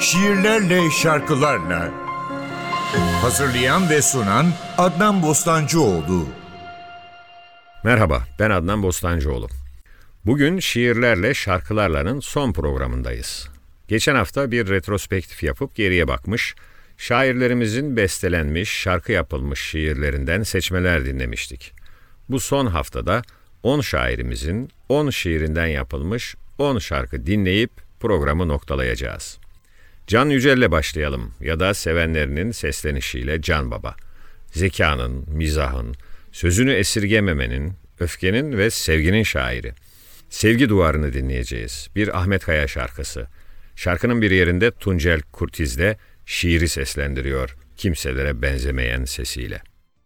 şiirlerle, şarkılarla. Hazırlayan ve sunan Adnan Bostancıoğlu. Merhaba, ben Adnan Bostancıoğlu. Bugün Şiirlerle Şarkılarla'nın son programındayız. Geçen hafta bir retrospektif yapıp geriye bakmış, şairlerimizin bestelenmiş, şarkı yapılmış şiirlerinden seçmeler dinlemiştik. Bu son haftada 10 şairimizin 10 şiirinden yapılmış 10 şarkı dinleyip programı noktalayacağız. Can Yücel'le başlayalım ya da sevenlerinin seslenişiyle Can Baba. Zekanın, mizahın, sözünü esirgememenin, öfkenin ve sevginin şairi. Sevgi Duvarı'nı dinleyeceğiz. Bir Ahmet Kaya şarkısı. Şarkının bir yerinde Tuncel Kurtiz'de şiiri seslendiriyor kimselere benzemeyen sesiyle.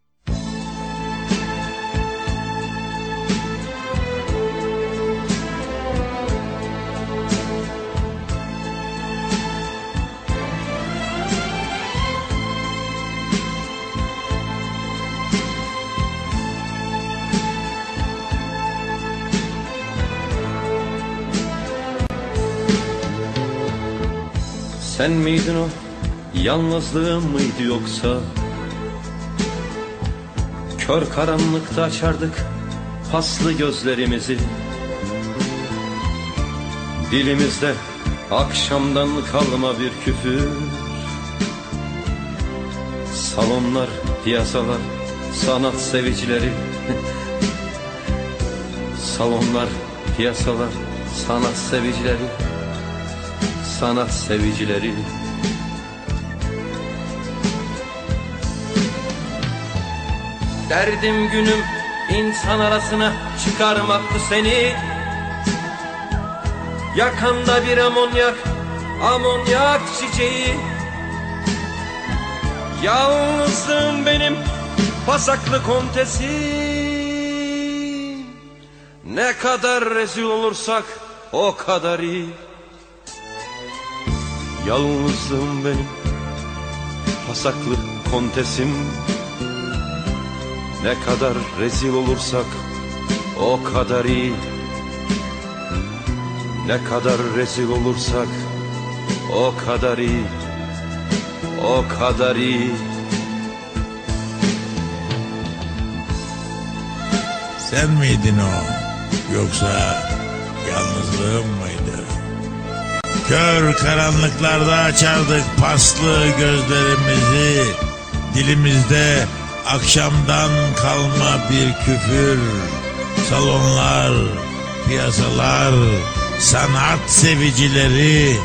Sen miydin o, yalnızlığım mıydı yoksa? Kör karanlıkta açardık paslı gözlerimizi. Dilimizde akşamdan kalma bir küfür. Salonlar, piyasalar, sanat sevicileri. Salonlar, piyasalar, sanat sevicileri. Sanat sevicileri. Derdim günüm insan arasına çıkarmaktı seni. Yakanda bir amonyak, amonyak çiçeği. Yalnızlığım benim pasaklı kontesim. Ne kadar rezil olursak o kadar iyi. Yalnızlığım benim pasaklı kontesim. Ne kadar rezil olursak o kadar iyi. Ne kadar rezil olursak o kadar iyi. O kadar iyi. Sen miydin o, yoksa yalnızlığım mıydı? Kör karanlıklarda açardık paslı gözlerimizi. Dilimizde akşamdan kalma bir küfür. Salonlar, piyasalar, sanat sevicileri.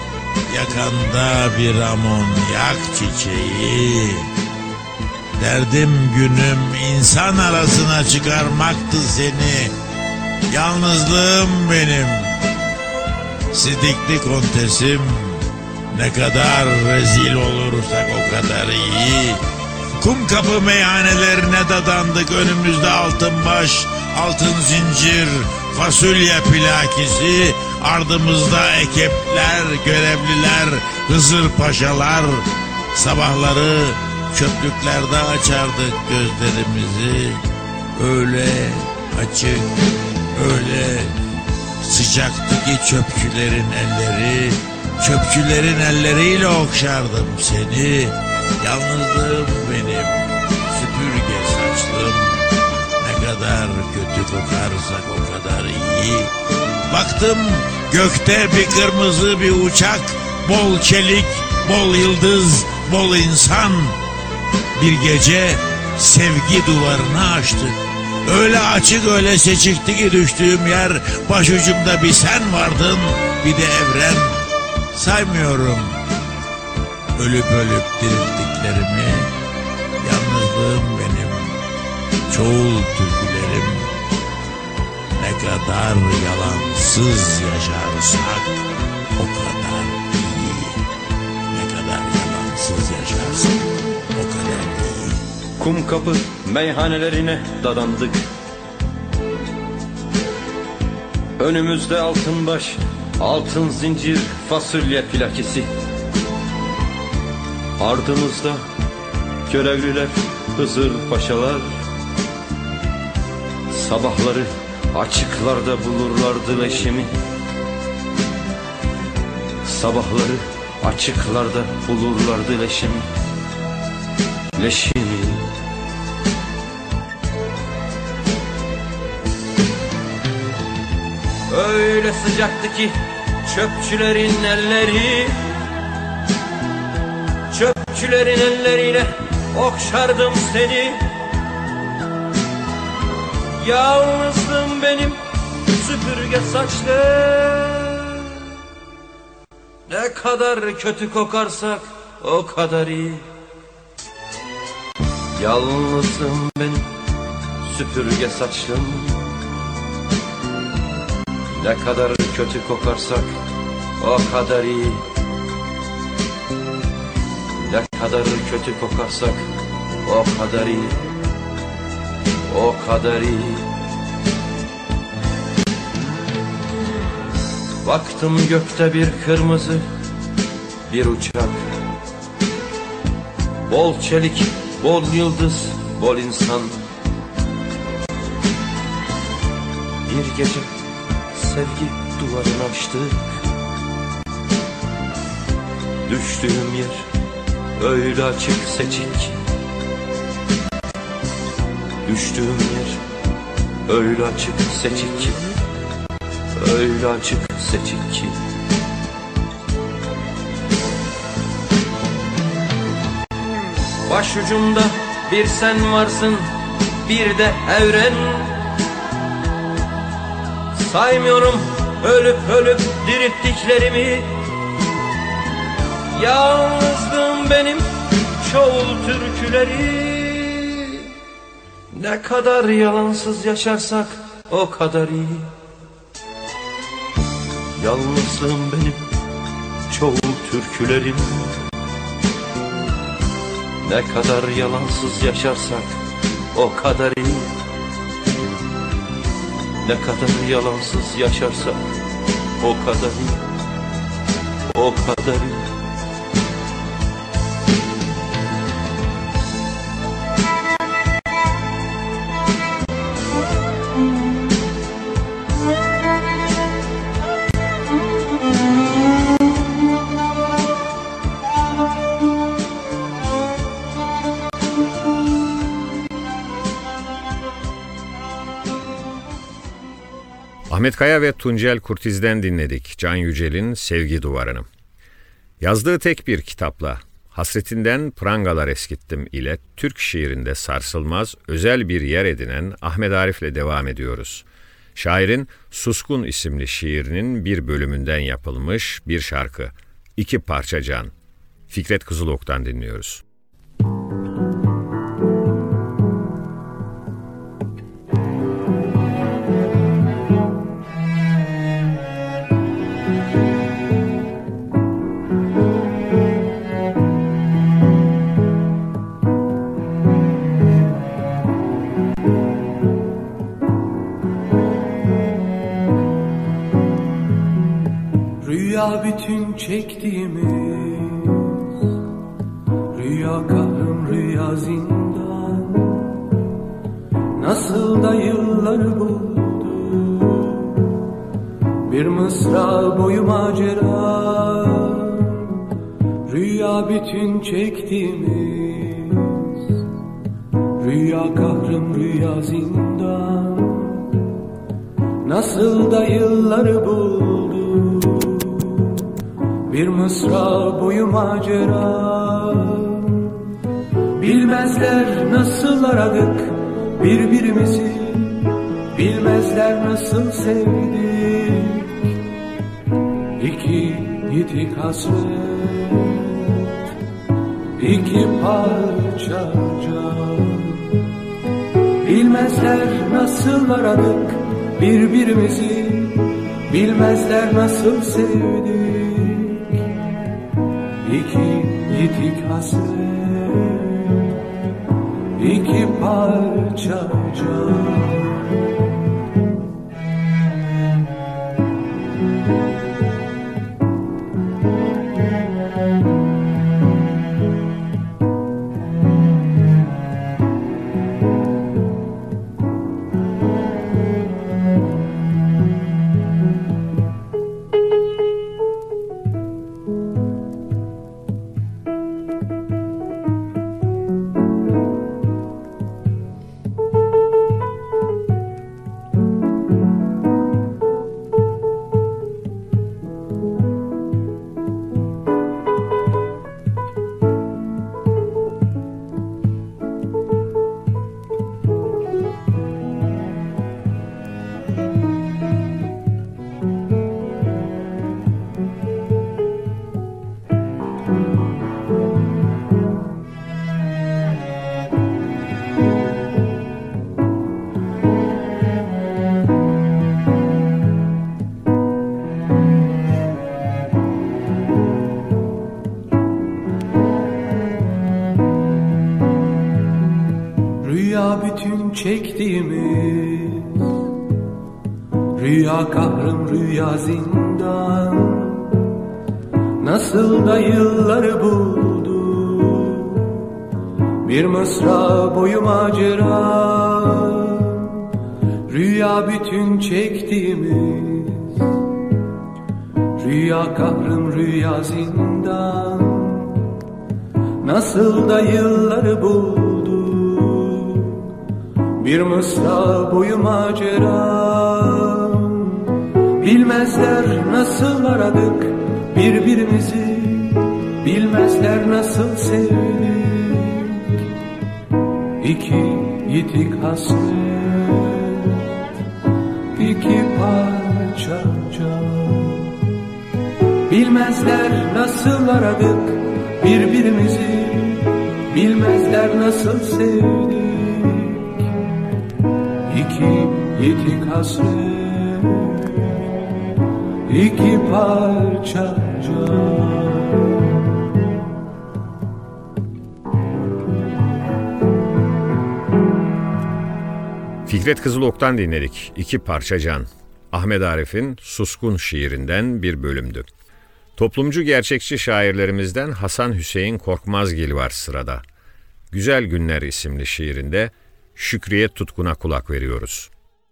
Yakanda bir amonyak çiçeği. Derdim günüm insan arasına çıkarmaktı seni. Yalnızlığım benim sidikli kontesim. Ne kadar rezil olursak o kadar iyi. Kumkapı meyhanelerine dadandık. Önümüzde altın baş, altın zincir, fasulye plakisi. Ardımızda ekipler, görevliler, Hızır paşalar. Sabahları çöplüklerde açardık gözlerimizi. Öyle açık, öyle sıcaktı ki çöpçülerin elleri. Çöpçülerin elleriyle okşardım seni. Yalnızlığım benim süpürge saçlım. Ne kadar kötü kokarsak o kadar iyi. Baktım gökte bir kırmızı bir uçak. Bol çelik, bol yıldız, bol insan. Bir gece sevgi duvarını açtık. Öyle açık öyle seçikti ki düştüğüm yer. Başucumda bir sen vardın, bir de evren. Saymıyorum ölüp ölüp dirildiklerimi. Yalnızlığım benim çoğul türkülerim. Ne kadar yalansız yaşarsak o kadar iyi. Ne kadar yalansız yaşarsak o kadar iyi. Kumkapı meyhanelerine dadandık. Önümüzde altın baş, altın zincir, fasulye plakisi. Ardımızda görevliler, Hızır paşalar. Sabahları açıklarda bulurlardı leşimi. Sabahları Açıklarda bulurlardı leşimi, leşimi. Öyle sıcaktı ki çöpçülerin elleri, çöpçülerin elleriyle okşardım seni. Yalnızdım benim süpürge saçlı. Ne kadar kötü kokarsak o kadar iyi. Yalnızdım benim süpürge saçlım. Ne kadar kötü kokarsak o kadar iyi. Ne kadar kötü kokarsak o kadar iyi. O kadar iyi. Baktım gökte bir kırmızı bir uçak. Bol çelik, bol yıldız, bol insan. Bir gece sevgi duvarını açtık. Düştüğüm yer öyle açık seçik. Düştüğüm yer öyle açık seçik ki, öyle açık seçik ki. Başucumda bir sen varsın, bir de evren. Saymıyorum ölüp ölüp dirilttiklerimi. Yalnızdım benim çoğul türküleri. Ne kadar yalansız yaşarsak o kadar iyi. Yalnızlığım benim çoğul türkülerim. Ne kadar yalansız yaşarsak o kadar iyi. Ne kadar yalansız yaşarsak o kadar iyi. O kadar iyi. Ahmet Kaya ve Tuncel Kurtiz'den dinledik Can Yücel'in Sevgi Duvarı'nı. Yazdığı tek bir kitapla Hasretinden Prangalar Eskittim ile Türk şiirinde sarsılmaz özel bir yer edinen Ahmet Arif'le devam ediyoruz. Şairin Suskun isimli şiirinin bir bölümünden yapılmış bir şarkı, İki Parça Can. Fikret Kızılok'tan dinliyoruz. Rüya bütün çektiğimiz, rüya kahrım rüya zindan. Nasıl da yılları buldu, bir mısra boyu macera. Rüya bütün çektiğimiz, rüya kahrım rüya zindan. Nasıl da yılları buldu, bir mısra boyu macera. Bilmezler nasıl aradık birbirimizi, bilmezler nasıl sevdik. İki yitik hasret, iki parça can. Bilmezler nasıl aradık birbirimizi, bilmezler nasıl sevdik. İki yitik hasret, iki parça can. Rüya bütün çektiğimiz, rüya kahrım rüya zindan. Nasıl da yılları buldu, bir mısra boyu macera. Rüya bütün çektiğimiz, rüya kahrım rüya zindan. Nasıl da yılları buldu, bir mısra boyu macera. Bilmezler nasıl aradık birbirimizi, bilmezler nasıl sevdik. İki yitik hasret, iki parça can. Bilmezler nasıl aradık birbirimizi, bilmezler nasıl sevdik. İki yitik hasret, iki parça can. Fikret Kızılok'tan dinledik. İki Parça Can. Ahmet Arif'in Suskun şiirinden bir bölümdü. Toplumcu gerçekçi şairlerimizden Hasan Hüseyin Korkmazgil var sırada. Güzel Günler isimli şiirinde Şükriye Tutkun'a kulak veriyoruz.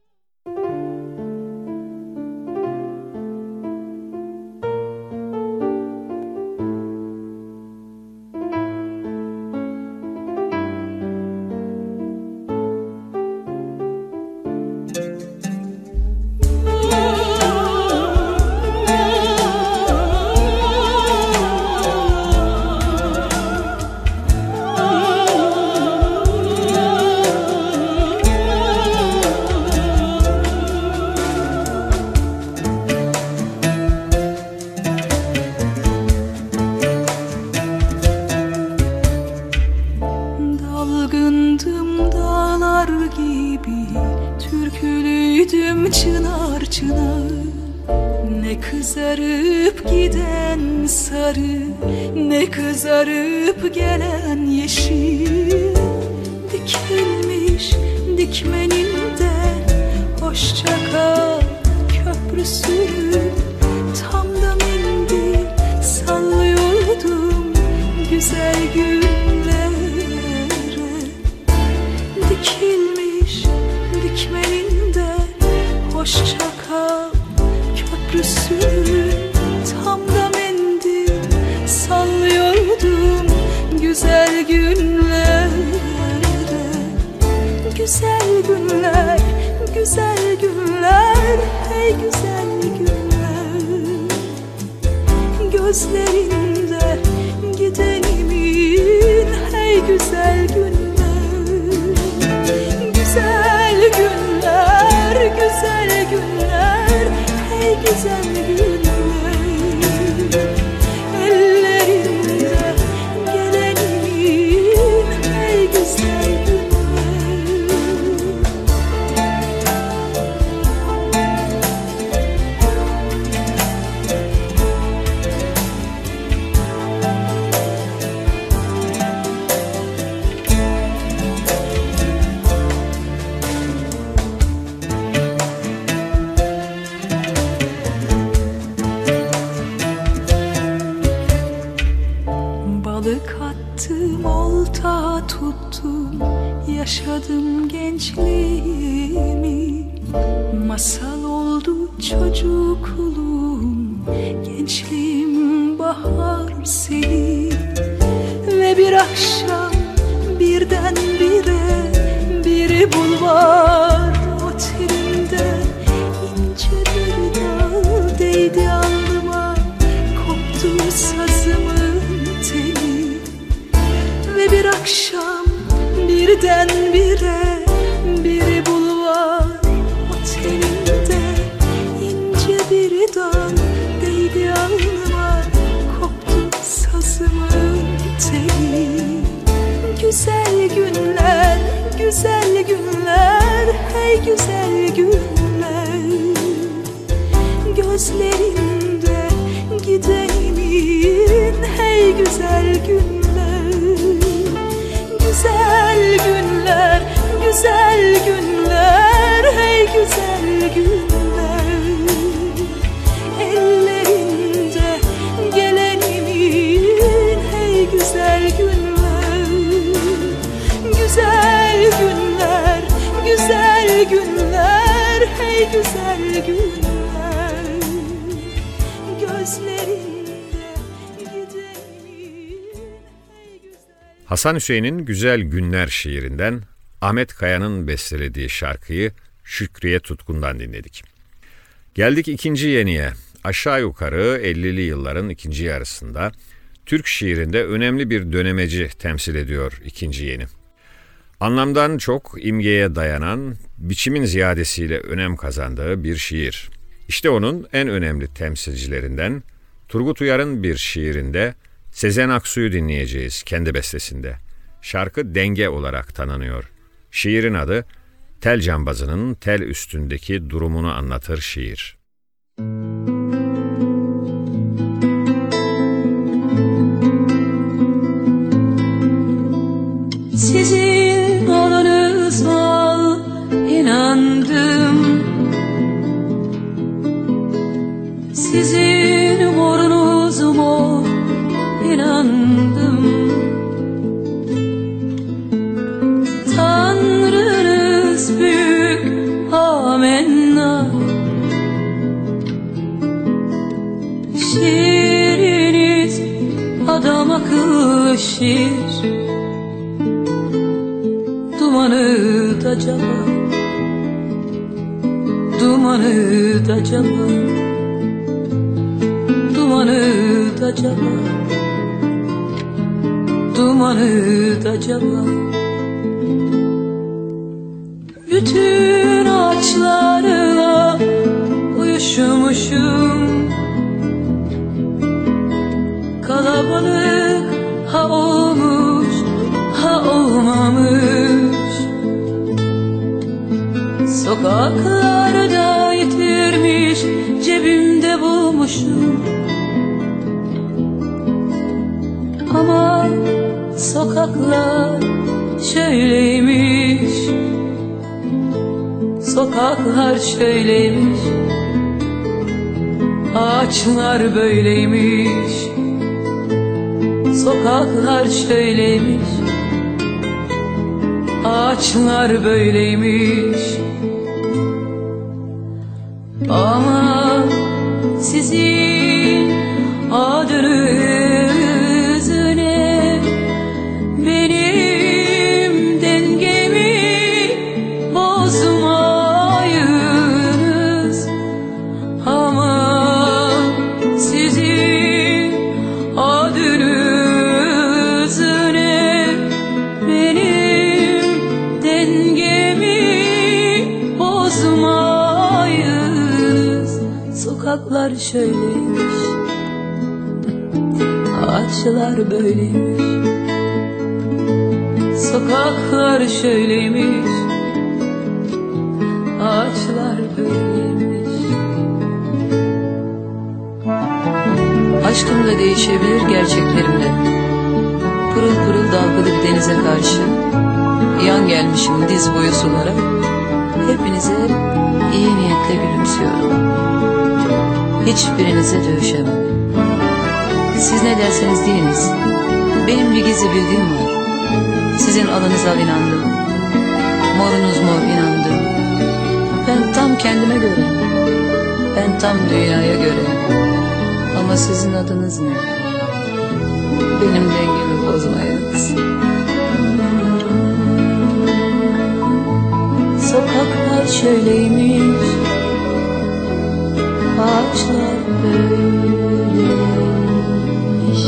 Çınar çınar, ne kızarıp giden sarı, ne kızarıp gelen yeşil. Dikilmiş dikmeninden hoşça kal köprüsü. Tam da mendil sallıyordum güzel günlere. Dikilmiş dikmeninden hoşça kal köprüsü. Tam da mendil sallıyordum güzel günlere. Güzel günler, güzel günler, hey güzel günler. Gözlerinde gidenimin hey güzel günler. Güzel günler, güzel günler, hey güzel günler. Ellerinde gelenimin hey güzel günler. Balık attım, olta tuttum, yaşadım gençliğimi. Masal oldu çocukluğum, gençliğim bahar seni. Ve bir akşam birdenbire bir bulvar otelinde ince bir dal değdi alnıma, koptu sazımın teli. Ve bir akşam birdenbire bir bulvar otelinde ince bir dal değdi alnıma, koptu sazımın teli. Güzel günler, güzel günler, hey güzel günler. Gözlerinde gidenimin hey güzel günler. Güzel günler, güzel günler, hey güzel günler. Ellerinde gelenimin, hey güzel günler. Güzel günler, güzel günler, hey güzel günler. Gözlerinde gidenin, hey güzel. Hasan Hüseyin'in Güzel Günler şiirinden Ahmet Kaya'nın bestelediği şarkıyı Şükriye Tutkun'dan dinledik. Geldik ikinci yeniye. Aşağı yukarı 50'li yılların ikinci yarısında Türk şiirinde önemli bir dönemeci temsil ediyor ikinci yeni. Anlamdan çok imgeye dayanan, biçimin ziyadesiyle önem kazandığı bir şiir. İşte onun en önemli temsilcilerinden Turgut Uyar'ın bir şiirinde Sezen Aksu'yu dinleyeceğiz kendi bestesinde. Şarkı Denge olarak tanınıyor. Şiirin adı Tel Cambazı'nın tel üstündeki durumunu anlatır şiir. Sizin olanıza inandım, sizin borunuzuma inandım. Tanrınız büyük, amenna. Şiiriniz adam akıllı şiir. Dumanı da caba, dumanı da caba, dumanı da caba, dumanı da caba. Bütün ağaçlarla uyuşmuşum. Kalabalık ha olmuş ha olmamış. Sokaklarda yitirmiş, cebimde bulmuşum. Ama sokaklar şöyleymiş, sokaklar şöyleymiş, ağaçlar böyleymiş, sokaklar şöyleymiş, ağaçlar böyleymiş. Ama sizin adınız ne? Benim dengemi bozmayınız. Ama sizin adınız ne? Benim dengemi bozmayınız. Sokaklar şöyleymiş, ağaçlar böyleymiş, sokaklar şöyleymiş, ağaçlar böyleymiş. Aşkım da değişebilir, gerçeklerim de. Pırıl pırıl dalgalı bir denize karşı yan gelmişim diz boyu sulara. Hepinize iyi niyetle gülümsüyorum. Hiçbirinize dövüşemem. Siz ne derseniz deyiniz, benim bir gizli bildiğim var. Sizin alınız al inandım, morunuz mor inandım. Ben tam kendime göre, ben tam dünyaya göre. Ama sizin adınız ne? Benim dengemi bozmayınız. Sokaklar şöyleymiş, ağaçlar böyleymiş.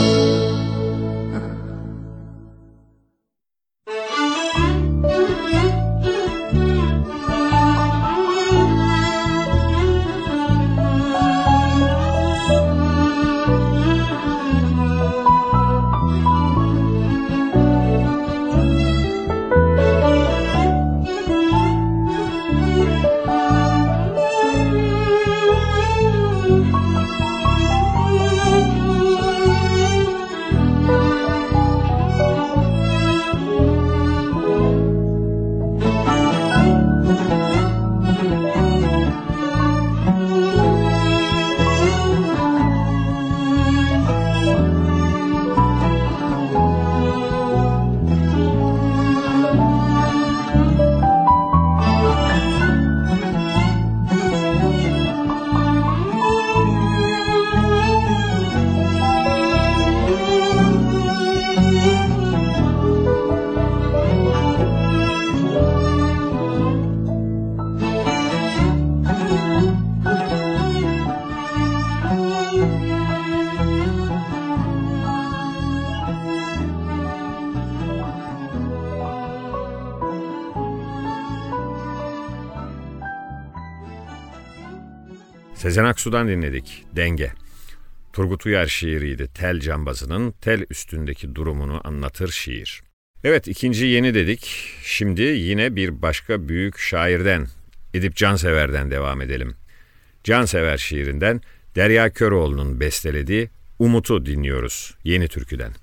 Sezen Aksu'dan dinledik Denge. Turgut Uyar şiiriydi. Tel cambazının tel üstündeki durumunu anlatır şiir. Evet, ikinci yeni dedik. Şimdi yine bir başka büyük şairden, Edip Cansever'den devam edelim. Cansever şiirinden Derya Köroğlu'nun bestelediği Umut'u dinliyoruz yeni türküden.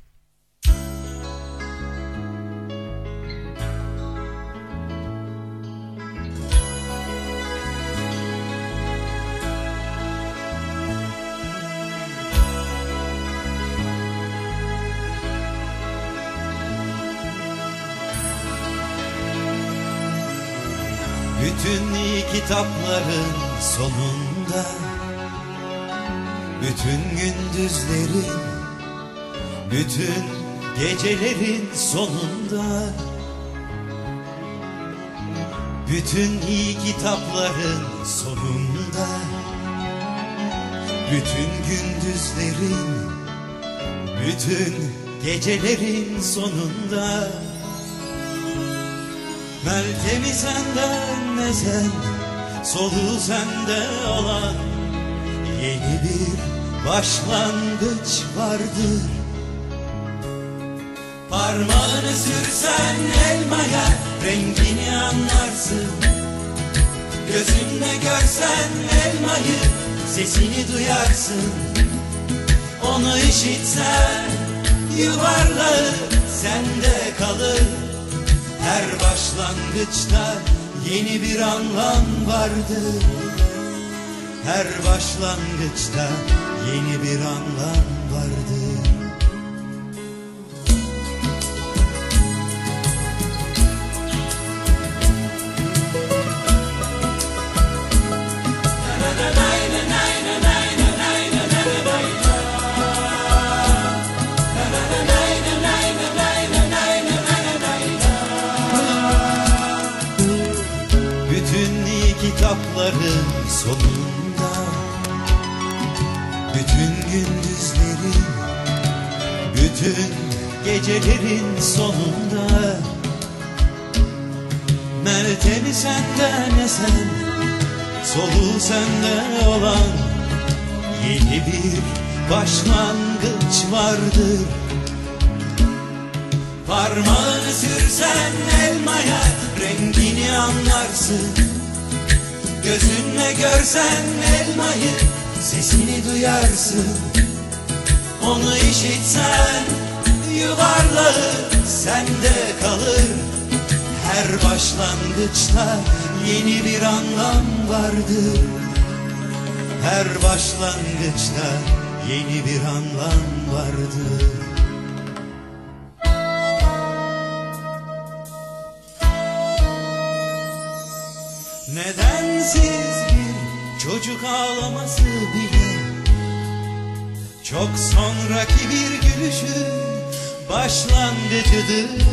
Bütün iyi kitapların sonunda, bütün gündüzlerin, bütün gecelerin sonunda, bütün iyi kitapların sonunda, bütün gündüzlerin, bütün gecelerin sonunda, meltemi senden ezen, soluğu sende olan yeni bir başlangıç vardır. Parmağını sürsen elmaya rengini anlarsın. Gözünle görsen elmayı sesini duyarsın. Onu işitsen yuvarlağı sende kalır. Her başlangıçta yeni bir anlam vardır. Her başlangıçta yeni bir anlam vardır. Kitapların sonunda, bütün gündüzlerin, bütün gecelerin sonunda, meltemi senden esen, soluğu sende olan yeni bir başlangıç vardır. Parmağını sürsen elmaya rengini anlarsın. Gözünle görsen elmayı sesini duyarsın. Onu işitsen yuvarlağı sende kalır. Her başlangıçta yeni bir anlam vardır. Her başlangıçta yeni bir anlam vardır. Nedensiz bir çocuk ağlaması bile çok sonraki bir gülüşün başlangıcıdır.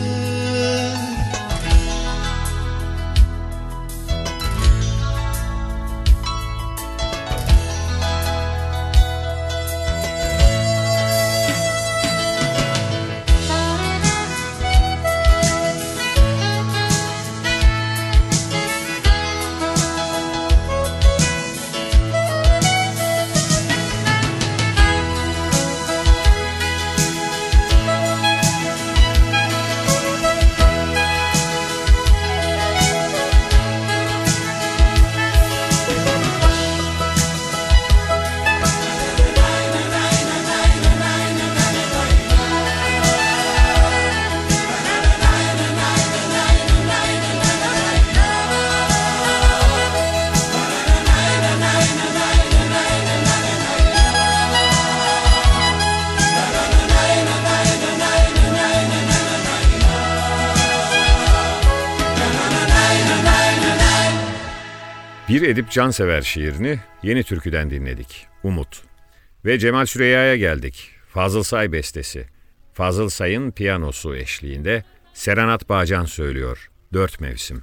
Bir Edip Cansever şiirini yeni türküden dinledik. Umut. Ve Cemal Süreyya'ya geldik. Fazıl Say bestesi. Fazıl Say'ın piyanosu eşliğinde Serenat Bağcan söylüyor. 4 mevsim.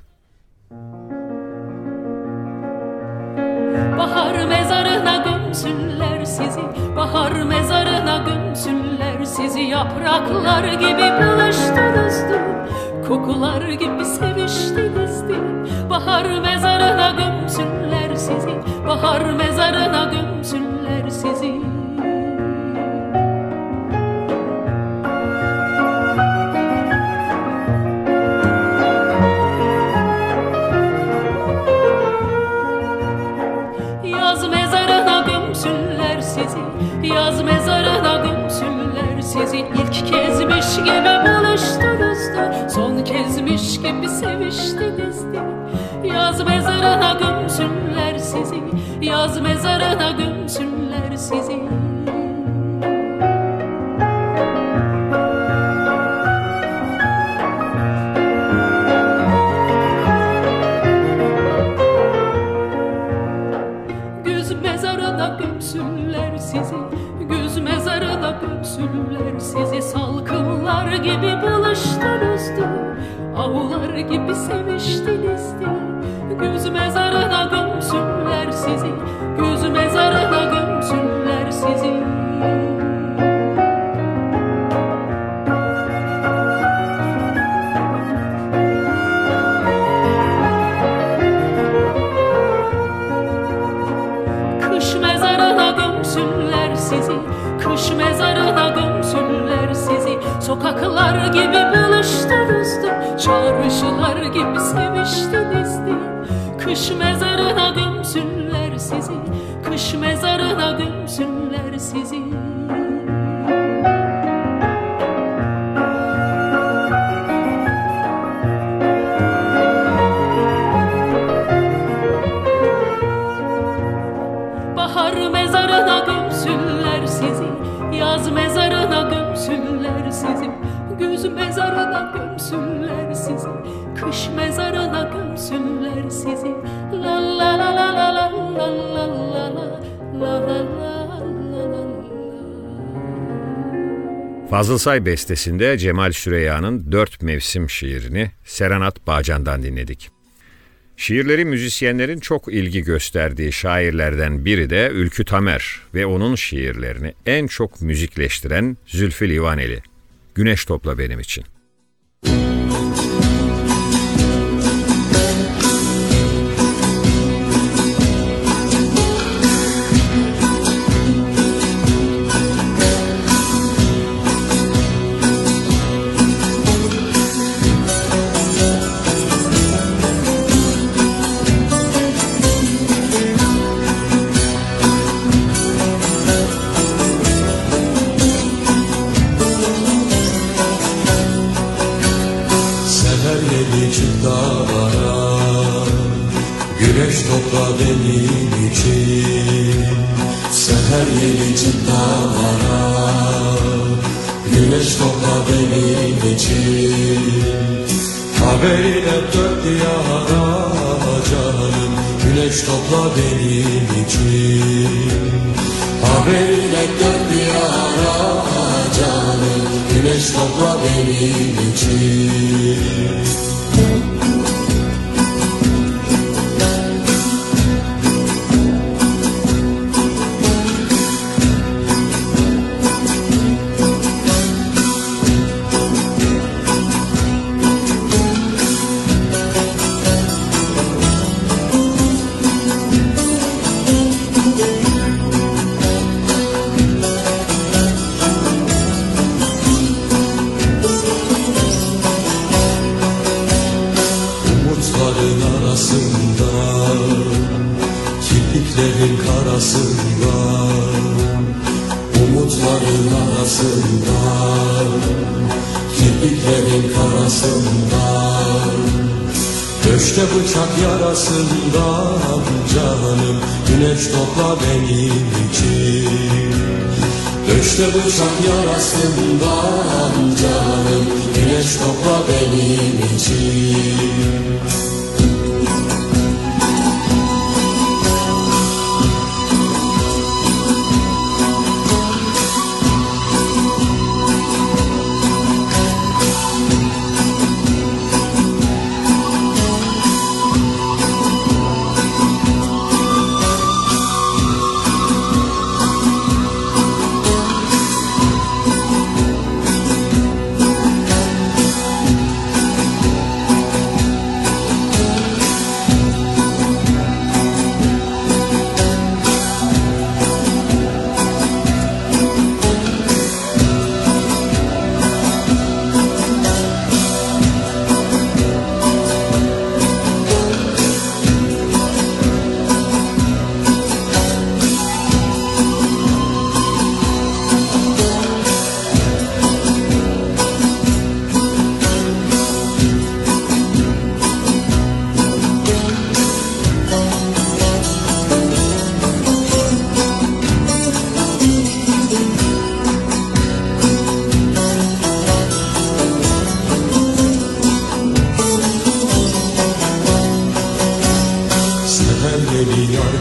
Bahar mezarına gömsünler sizi, bahar mezarına gömsünler sizi. Yapraklar gibi buluştunuzdur, Kokular gibi seviştiniz diye bahar mezarına gömsünler sizi, bahar mezarına gömsünler sizi. Yaz mezarına gömsünler sizi, yaz mezarına gömsünler sizi. İlk kezmiş gibi buluştunuzdu, son kezmiş gibi seviştinizdi. Yaz mezarına gömsünler sizi, yaz mezarına gömsünler sizi. Güz mezarına gömsünler sizi, güz mezarına gömsünler sizi. Salkımlar gibi buluştunuzdu, avlar gibi seviştinizdi. Güz mezarına gömsünler sizi, güz mezarına gömsünler sizi. Kış mezarına gömsünler sizi, kış mezarına gömsünler sizi. Sokaklar gibi buluştunuzdu, çağrışılar gibi seviştinizdi. Kış mezarına gömsünler sizi, kış mezarına gömsünler sizi. Bahar mezarına gömsünler sizi, yaz mezarına gömsünler sizi. Güz mezarına gömsünler sizi, kış mezarına gömsünler sizi. La la la la la la la la la la la la. Fazıl Say bestesinde Cemal Süreyya'nın 4 mevsim şiirini Serenat Bağcan'dan dinledik. Şiirleri müzisyenlerin çok ilgi gösterdiği şairlerden biri de Ülkü Tamer ve onun şiirlerini en çok müzikleştiren Zülfü Livaneli. Güneş topla benim için. Güneş topla benim için, seher yeli dağlara. Güneş topla benim için, haberiyle dört diyara canım. Güneş topla benim için, haberiyle dört diyara canım. Güneş topla benim için. Kirpiklerin karasında, umutların arasında, kirpiklerin karasında, döşte bıçak yarasından canım. Güneş topla benim için, döşte bıçak yarasından canım. Güneş topla benim için.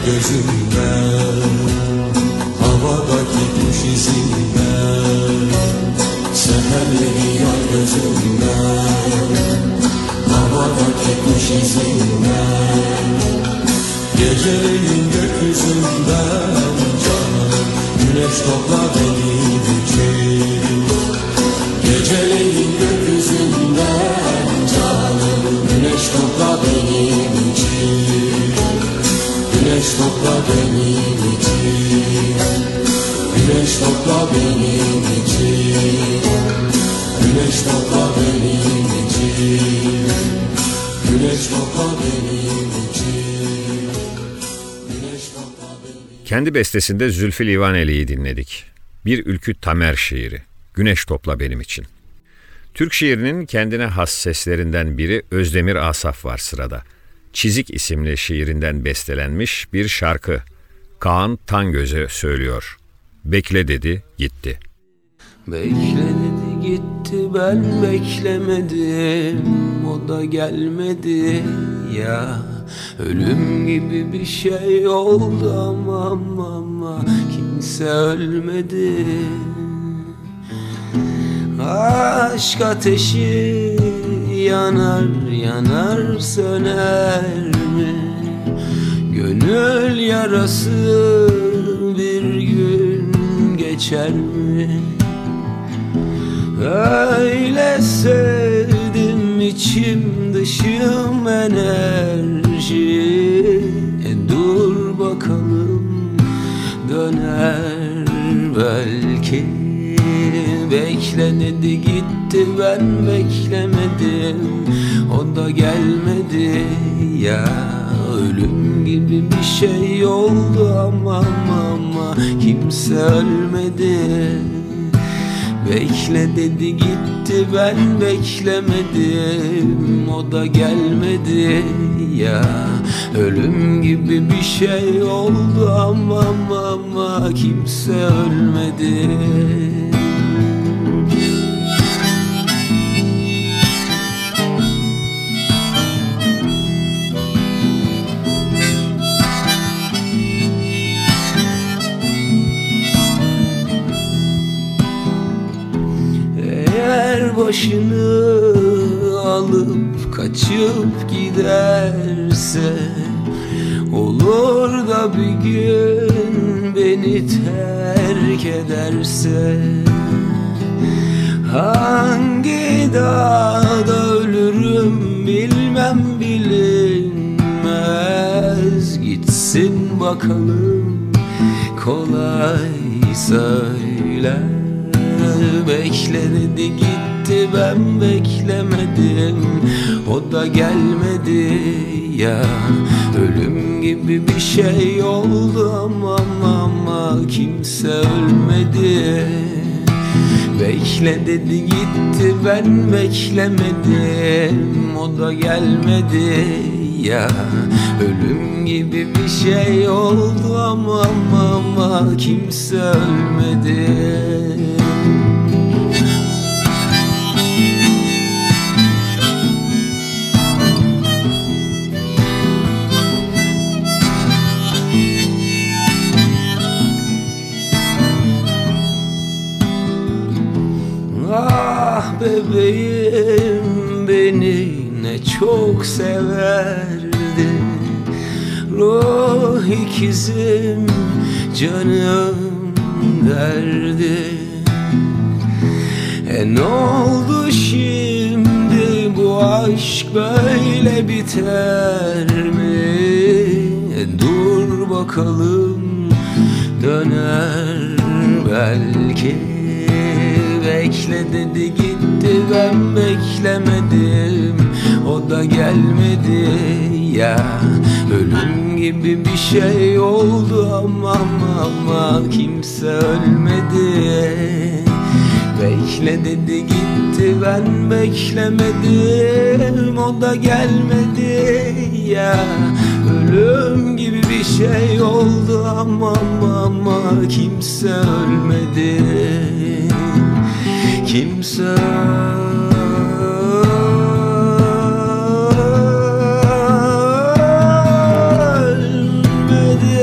gözünden, havadaki kuş izinden, seherleri yar gözünden, havadaki kuş izinden, geceleyin gökyüzünden canım, güneş topla benim için. Geceleyin gökyüzünden canım, güneş topla benim için. Güneş topla benim için. Güneş topla benim için. Güneş topla benim için. Güneş topla benim için. Güneş topla benim. Kendi bestesinde Zülfü Livaneli'yi dinledik. Bir Ülkü Tamer şiiri. Güneş topla benim için. Türk şiirinin kendine has seslerinden biri Özdemir Asaf var sırada. Çizik isimli şiirinden bestelenmiş bir şarkı. Kaan Tangöz'e söylüyor. Bekle dedi, gitti. Bekle dedi gitti, ben beklemedim, o da gelmedi ya. Ölüm gibi bir şey oldu ama kimse ölmedi. Aşk ateşi yanar yanar söner mi? Gönül yarası bir gün geçer mi? Öyle sevdim içim dışım enerji. Dur bakalım döner belki. Bekle dedi gitti, ben beklemedim, o da gelmedi ya. Ölüm gibi bir şey oldu ama kimse ölmedi. Bekle dedi gitti, ben beklemedim, o da gelmedi ya. Ölüm gibi bir şey oldu ama kimse ölmedi. Başını alıp kaçıp giderse, olur da bir gün beni terk ederse, hangi dağda ölürüm bilmem bilinmez. Gitsin bakalım kolay söyler. Bekle dedi gitti, ben beklemedim, o da gelmedi ya. Ölüm gibi bir şey oldu ama kimse ölmedi. Bekle dedi gitti, ben beklemedim, o da gelmedi ya. Ölüm gibi bir şey oldu ama kimse ölmedi. Ah bebeğim beni ne çok severdi, ruh ikizim canım derdi. Ne oldu şimdi, bu aşk böyle biter mi? Dur bakalım döner belki. Bekle dedi gitti, ben beklemedim, o da gelmedi ya. Ölüm gibi bir şey oldu ama kimse ölmedi. Bekle dedi gitti, ben beklemedim, o da gelmedi ya. Ölüm gibi bir şey oldu ama kimse ölmedi. Kimse ölmedi.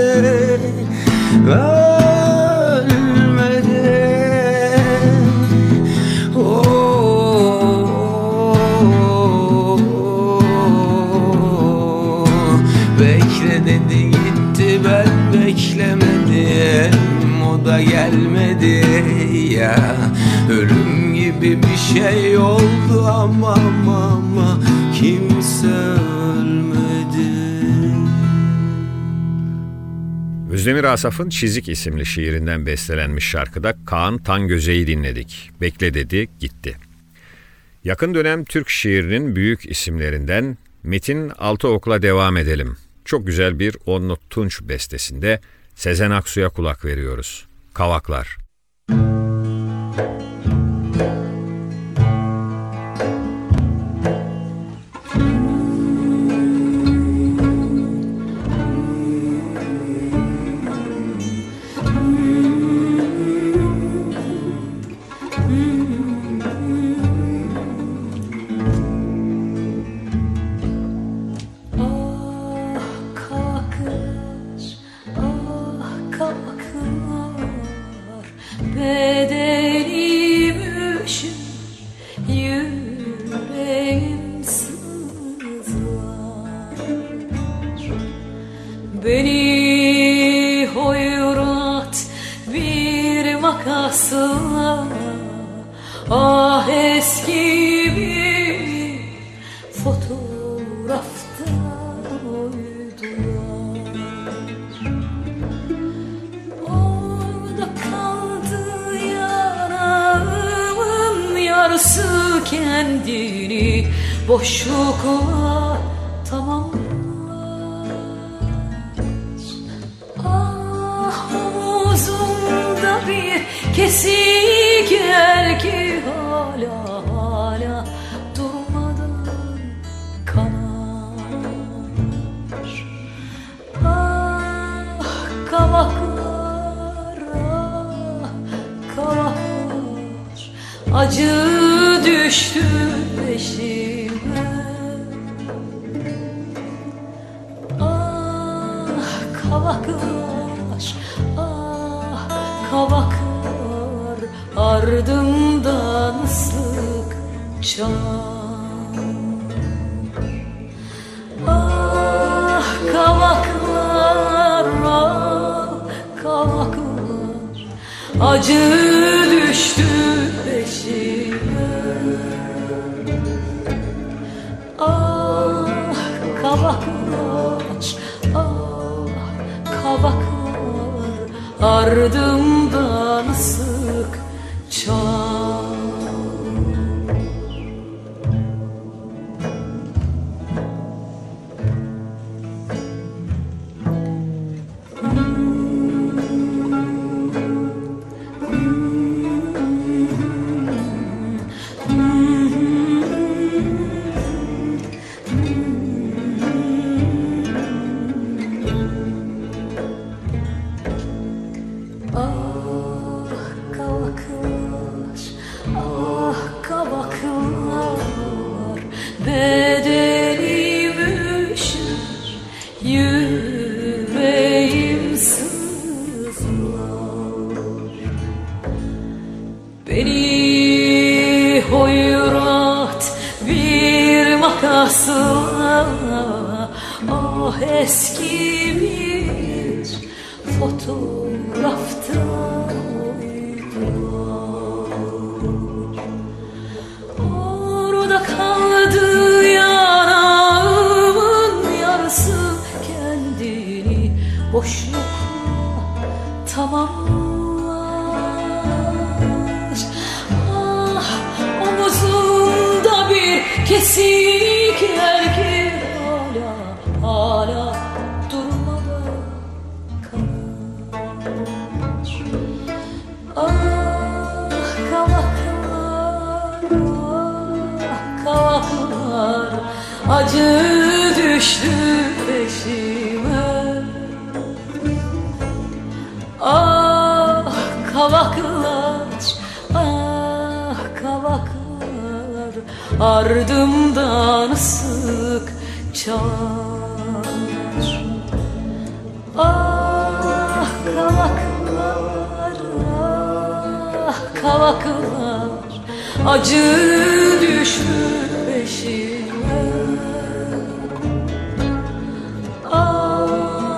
dedi gitti, ben beklemedim, o da gelmedi ya. Ölüm gibi bir şey oldu ama kimse ölmedi. Özdemir Asaf'ın Çizik isimli şiirinden bestelenmiş şarkıda Kaan Tangöze'yi dinledik. Bekle dedi, gitti. Yakın dönem Türk şiirinin büyük isimlerinden Metin Altıok'la devam edelim. Çok güzel bir Onnut Tunç bestesinde Sezen Aksu'ya kulak veriyoruz. Kavaklar. Beni hoyrat bir makasla, ah eski bir fotoğrafta uydular. Orada kaldı yanağımın yarısı, kendini boşlukla tamamlar. Omuzumda bir kesik yer ki hala durmadan kanar. Kavaklar, kavaklar, acı düştü peşime. Kavaklar, kavaklar, ardımdan ıslık çal. Kavaklar, kavaklar, acı düştü peşime. Kavaklar, kavaklar, ardımdan sık çal. Kavaklar, bedenim üşür, yüreğim sızlar. Beni hoyrat bir makasla, ah eski bir fotoğrafta kaldı yanağımın yarısı, kendini boşlukla tamamlar. Omuzumda bir kesik yer ki hala durmadan kanar. Kavaklar, acı düştü peşime. Kavaklar, kavaklar, ardımdan sık çal. Kavaklar, kavaklar, acı düştü peşime.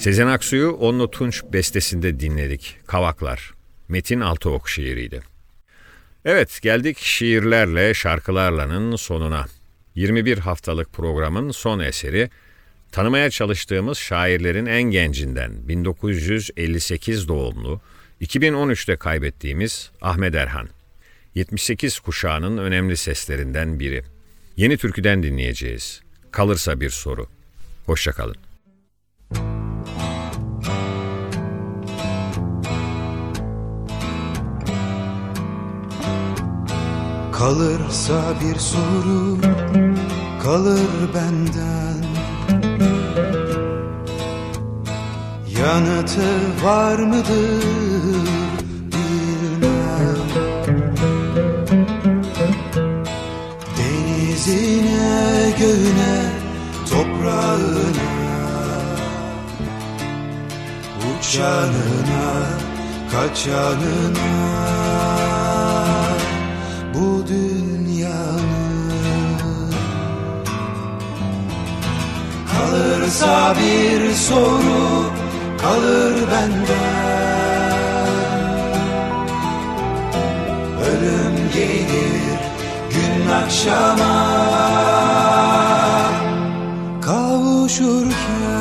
Sezen Aksu'yu Onno Tunç bestesinde dinledik. Kavaklar. Metin Altıok şiiriydi. Evet, geldik şiirlerle, şarkılarlanın sonuna. 21 haftalık programın son eseri, tanımaya çalıştığımız şairlerin en gencinden 1958 doğumlu, 2013'te kaybettiğimiz Ahmet Erhan. 78 kuşağının önemli seslerinden biri. Yeni türküden dinleyeceğiz. Kalırsa bir soru. Hoşça kalın. Kalırsa bir soru kalır benden, yanıtı var mıdır bilmem. Denizine, göğüne, toprağına, uçanına, kaçanına, bu dünyanın. Kalırsa bir soru kalır benden, ölüm gelir gün akşama kavuşurken.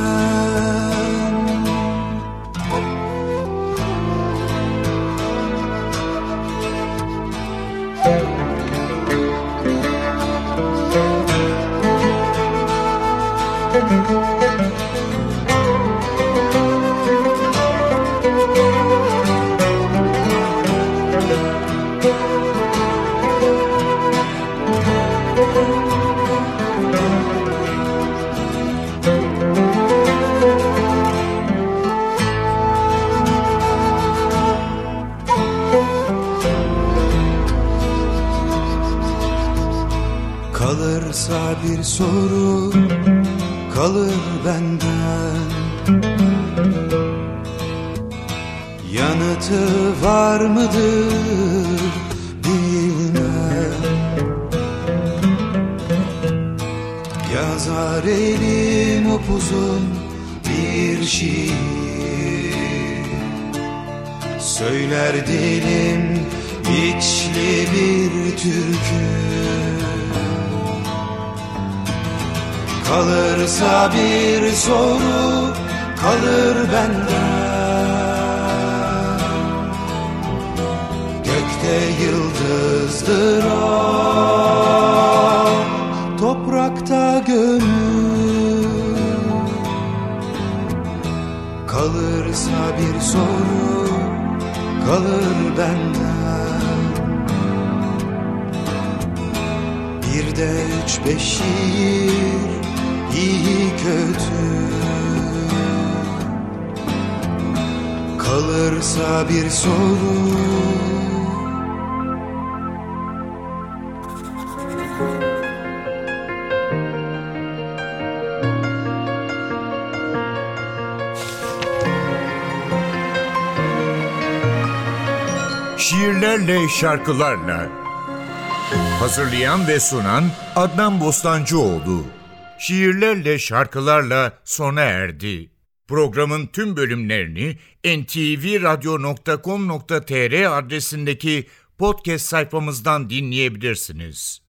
Kalırsa bir soru kalır benden, yanıtı var mıdır bilmem. Yazar elim upuzun bir şiir, söyler dilim içli bir türkü. Kalırsa bir soru kalır benden, gökte yıldızdır o, toprakta gönül. Kalırsa bir soru kalır benden, bir de 3-5 şiir, iyi kötü. Kalırsa bir soru. Şiirlerle, şarkılarla. Hazırlayan ve sunan Adnan Bostancıoğlu. Şiirlerle, şarkılarla sona erdi. Programın tüm bölümlerini ntvradio.com.tr adresindeki podcast sayfamızdan dinleyebilirsiniz.